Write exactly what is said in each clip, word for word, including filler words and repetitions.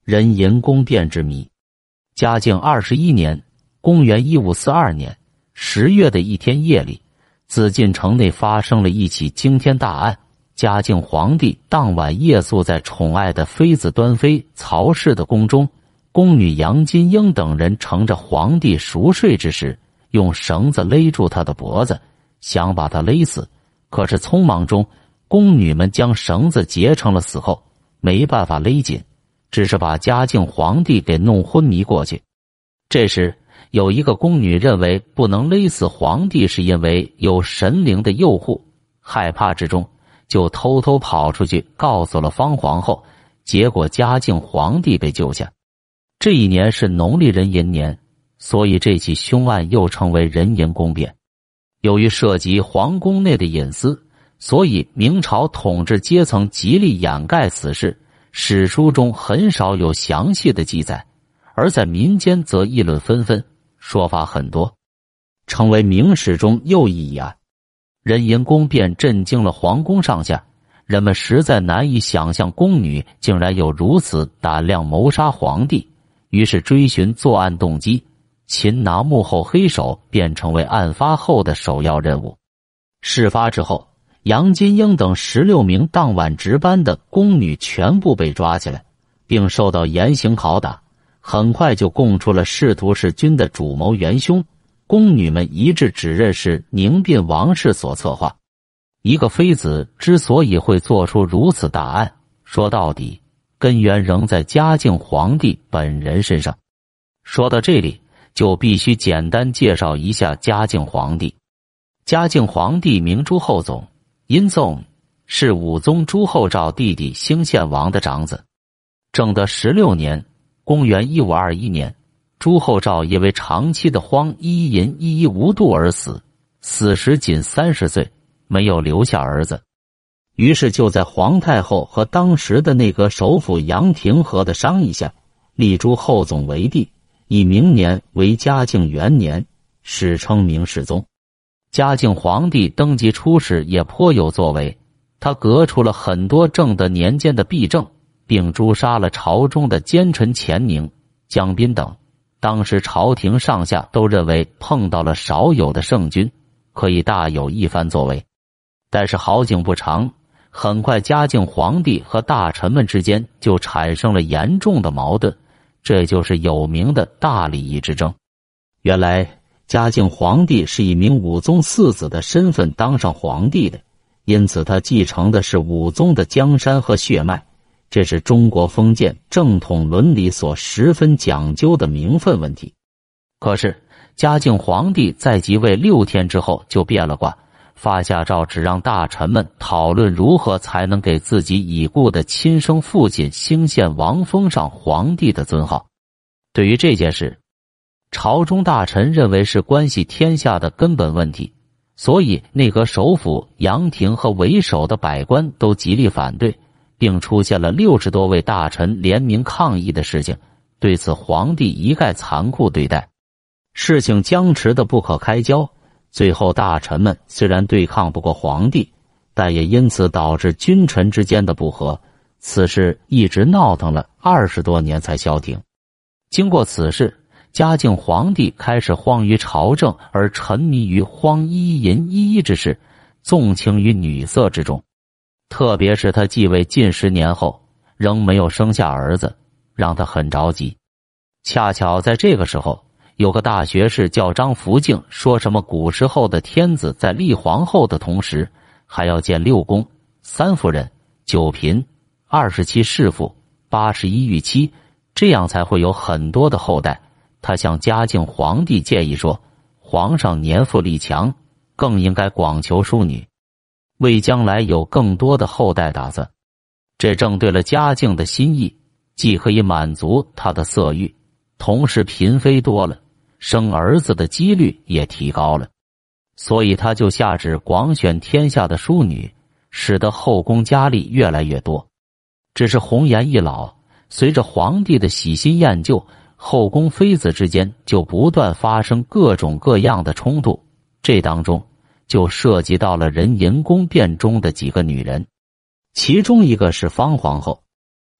人淫宫变之谜。嘉靖二十一年，公元一五四二年十月的一天夜里，紫禁城内发生了一起惊天大案。嘉靖皇帝当晚夜宿在宠爱的妃子端妃曹氏的宫中，宫女杨金英等人乘着皇帝熟睡之时，用绳子勒住他的脖子，想把他勒死。可是匆忙中，宫女们将绳子结成了死后，没办法勒紧，只是把嘉靖皇帝给弄昏迷过去。这时有一个宫女认为不能勒死皇帝是因为有神灵的诱护，害怕之中就偷偷跑出去告诉了方皇后，结果嘉靖皇帝被救下。这一年是农历壬寅年，所以这起凶案又称为人淫宫变。由于涉及皇宫内的隐私，所以明朝统治阶层极力掩盖此事，史书中很少有详细的记载，而在民间则议论纷纷，说法很多，成为明史中又一案。人淫宫变震惊了皇宫上下，人们实在难以想象宫女竟然有如此胆量谋杀皇帝，于是追寻作案动机，擒拿幕后黑手便成为案发后的首要任务。事发之后，杨金英等十六名当晚值班的宫女全部被抓起来，并受到严刑拷打，很快就供出了仕途弑君的主谋元凶。宫女们一致指认是宁斌王氏所策划。一个妃子之所以会做出如此大案，说到底根源仍在嘉靖皇帝本人身上。说到这里，就必须简单介绍一下嘉靖皇帝。嘉靖皇帝名朱厚总，殷纵，是武宗朱厚照弟弟兴献王的长子。正德十六年，公元一五二一年，朱厚照因为长期的荒一淫一一无度而死，死时仅三十岁，没有留下儿子。于是就在皇太后和当时的内阁首辅杨廷和的商议下，立朱厚总为帝，以明年为嘉靖元年，史称明世宗。嘉靖皇帝登基初时也颇有作为，他革除了很多正德年间的弊政，并诛杀了朝中的奸臣钱宁、江彬等。当时朝廷上下都认为碰到了少有的圣君，可以大有一番作为。但是好景不长，很快嘉靖皇帝和大臣们之间就产生了严重的矛盾，这就是有名的大礼仪之争。原来嘉靖皇帝是一名武宗四子的身份当上皇帝的，因此他继承的是武宗的江山和血脉，这是中国封建正统伦理所十分讲究的名分问题。可是嘉靖皇帝在即位六天之后就变了卦，发下诏旨让大臣们讨论如何才能给自己已故的亲生父亲兴献王封上皇帝的尊号。对于这件事，朝中大臣认为是关系天下的根本问题，所以内阁首辅杨廷和为首的百官都极力反对，并出现了六十多位大臣联名抗议的事情。对此皇帝一概残酷对待，事情僵持的不可开交。最后大臣们虽然对抗不过皇帝，但也因此导致君臣之间的不和，此事一直闹腾了二十多年才消停。经过此事，嘉靖皇帝开始荒于朝政，而沉迷于荒一淫一一之事，纵情于女色之中。特别是他继位近十年后，仍没有生下儿子，让他很着急。恰巧在这个时候，有个大学士叫张福敬，说什么古时候的天子在立皇后的同时，还要建六宫、三夫人、九嫔、二十七侍妇、八十一御妻，这样才会有很多的后代。他向嘉靖皇帝建议说，皇上年富力强，更应该广求淑女，为将来有更多的后代打算。这正对了嘉靖的心意，既可以满足他的色欲，同时嫔妃多了，生儿子的几率也提高了。所以他就下旨广选天下的淑女，使得后宫佳丽越来越多。只是红颜易老，随着皇帝的喜新厌旧，后宫妃子之间就不断发生各种各样的冲突，这当中就涉及到了人淫宫变中的几个女人，其中一个是方皇后。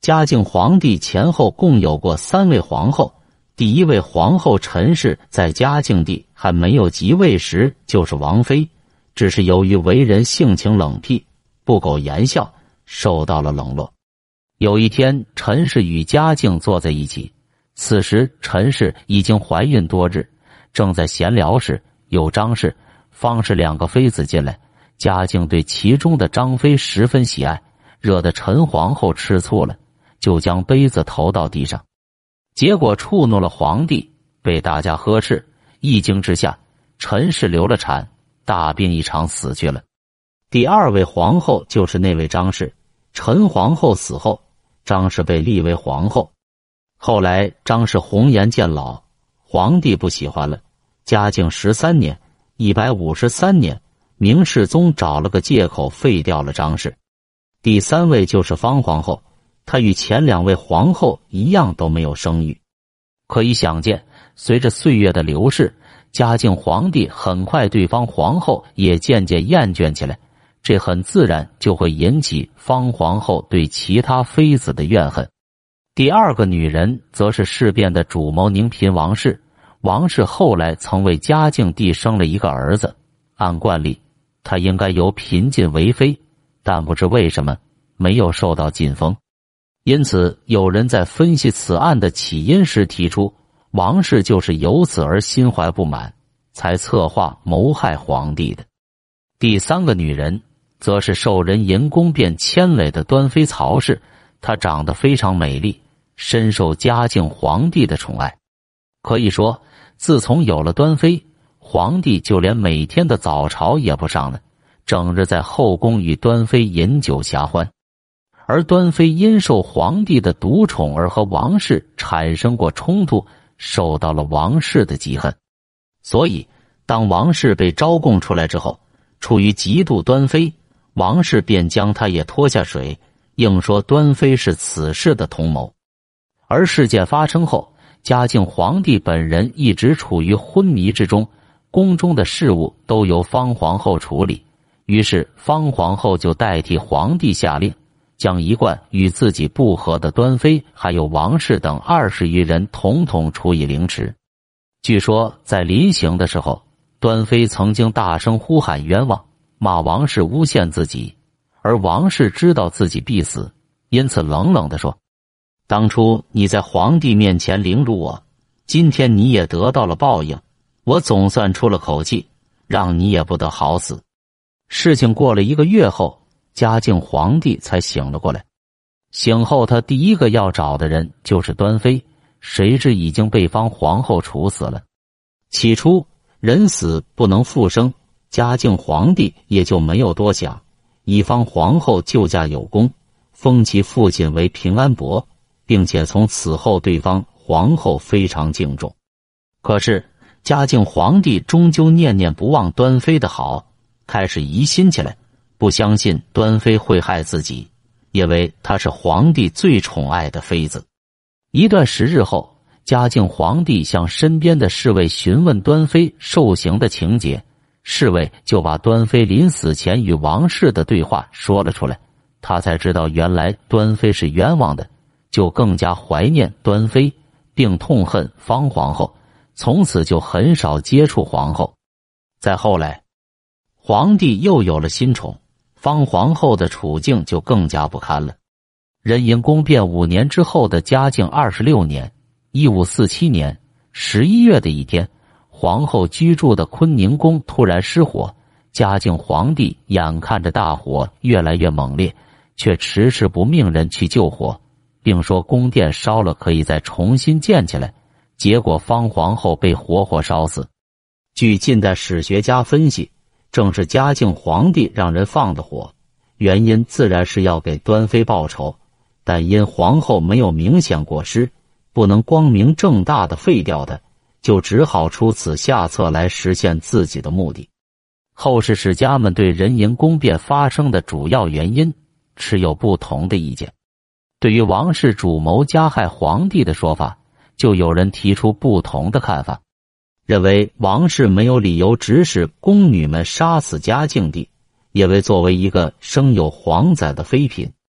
嘉靖皇帝前后共有过三位皇后，第一位皇后陈氏在嘉靖帝还没有即位时就是王妃，只是由于为人性情冷僻，不苟言笑，受到了冷落。有一天，陈氏与嘉靖坐在一起，此时陈氏已经怀孕多日，正在闲聊时，有张氏、方氏两个妃子进来。嘉靖对其中的张妃十分喜爱，惹得陈皇后吃醋了，就将杯子投到地上，结果触怒了皇帝，被大家呵斥。一惊之下，陈氏流了产，大病一场死去了。第二位皇后就是那位张氏，陈皇后死后，张氏被立为皇后。后来张氏红颜渐老，皇帝不喜欢了。嘉靖十三年（一百五十三年），明世宗找了个借口废掉了张氏。第三位就是方皇后，她与前两位皇后一样都没有生育。可以想见，随着岁月的流逝，嘉靖皇帝很快对方皇后也渐渐厌倦起来，这很自然就会引起方皇后对其他妃子的怨恨。第二个女人则是事变的主谋宁嫔王氏。王氏后来曾为嘉靖帝生了一个儿子，按惯例她应该由嫔晋为妃，但不知为什么没有受到晋封。因此有人在分析此案的起因时提出，王氏就是由此而心怀不满，才策划谋害皇帝的。第三个女人则是受人淫宫变牵累的端妃曹氏，她长得非常美丽，深受嘉靖皇帝的宠爱。可以说，自从有了端妃，皇帝就连每天的早朝也不上了，整日在后宫与端妃饮酒瞎欢。而端妃因受皇帝的独宠而和王氏产生过冲突，受到了王氏的嫉恨。所以当王氏被招供出来之后，出于嫉妒端妃，王氏便将她也拖下水，硬说端妃是此事的同谋。而事件发生后，嘉靖皇帝本人一直处于昏迷之中，宫中的事务都由方皇后处理，于是方皇后就代替皇帝下令，将一贯与自己不和的端妃还有王氏等二十余人统统处以凌迟。据说在临刑的时候，端妃曾经大声呼喊冤枉，骂王氏诬陷自己，而王氏知道自己必死，因此冷冷地说，当初你在皇帝面前凌辱我，今天你也得到了报应，我总算出了口气，让你也不得好死。事情过了一个月后，嘉靖皇帝才醒了过来。醒后他第一个要找的人就是端妃，谁知已经被方皇后处死了。起初人死不能复生，嘉靖皇帝也就没有多想，以方皇后救驾有功，封其父亲为平安伯，并且从此后对方皇后非常敬重。可是嘉靖皇帝终究念念不忘端妃的好，开始疑心起来，不相信端妃会害自己，因为她是皇帝最宠爱的妃子。一段时日后，嘉靖皇帝向身边的侍卫询问端妃受刑的情节，侍卫就把端妃临死前与王氏的对话说了出来，他才知道原来端妃是冤枉的，就更加怀念端妃，并痛恨方皇后，从此就很少接触皇后。再后来，皇帝又有了新宠，方皇后的处境就更加不堪了。人因宫变五年之后的嘉靖二十六年（一五四七年）十一月的一天，皇后居住的坤宁宫突然失火，嘉靖皇帝眼看着大火越来越猛烈，却迟迟不命人去救火，并说宫殿烧了可以再重新建起来，结果方皇后被活活烧死。据近代史学家分析，正是嘉靖皇帝让人放的火，原因自然是要给端妃报仇，但因皇后没有明显过失，不能光明正大的废掉的，就只好出此下策来实现自己的目的。后世史家们对人淫宫变发生的主要原因持有不同的意见。对于王氏主谋加害皇帝的说法，就有人提出不同的看法，认为王氏没有理由指使宫女们杀死嘉靖帝，因为作为一个生有皇载的妃嫔，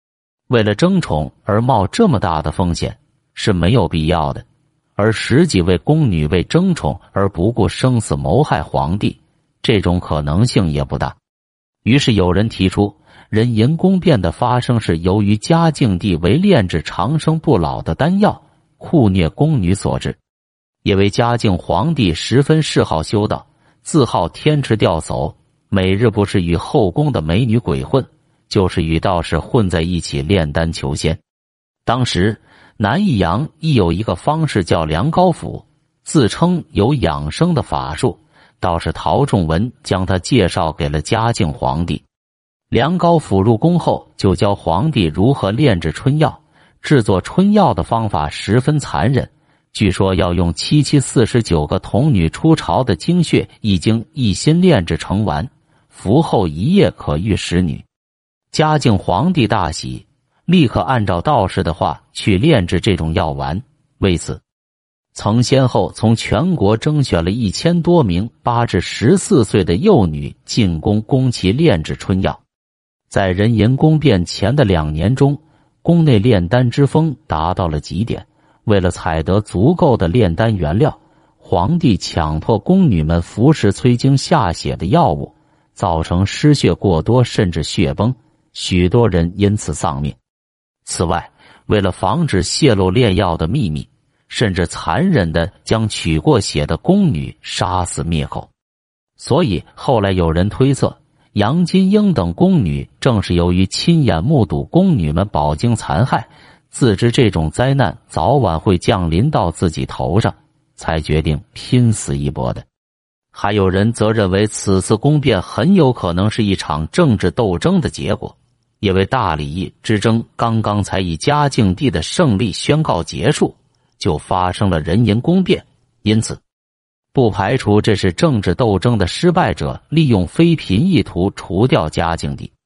为了争宠而冒这么大的风险是没有必要的，而十几位宫女为争宠而不顾生死谋害皇帝，这种可能性也不大。于是有人提出，人淫宫变的发生是由于嘉靖帝为炼制长生不老的丹药，酷虐宫女所致。也为嘉靖皇帝十分嗜好修道，自号天池吊叟，每日不是与后宫的美女鬼混，就是与道士混在一起炼丹求仙。当时南益阳亦有一个方士叫梁高甫，自称有养生的法术，道士陶仲文将他介绍给了嘉靖皇帝。梁高甫入宫后就教皇帝如何炼制春药，制作春药的方法十分残忍，据说要用七七四十九个童女出巢的精血一经一心炼制成丸，服后一夜可遇十女。嘉靖皇帝大喜，立刻按照道士的话去炼制这种药丸，为此曾先后从全国征选了一千多名八至十四岁的幼女进宫供其炼制春药。在人淫宫变前的两年中，宫内炼丹之风达到了极点。为了采得足够的炼丹原料，皇帝强迫宫女们服食催经下血的药物，造成失血过多甚至血崩，许多人因此丧命。此外，为了防止泄露炼药的秘密，甚至残忍地将取过血的宫女杀死灭口。所以后来有人推测，杨金英等宫女正是由于亲眼目睹宫女们饱经残害，自知这种灾难早晚会降临到自己头上，才决定拼死一搏的。还有人则认为此次宫变很有可能是一场政治斗争的结果，因为大理之争刚刚才以嘉靖帝的胜利宣告结束，就发生了人淫宫变，因此不排除这是政治斗争的失败者利用妃嫔意图除掉嘉靖帝。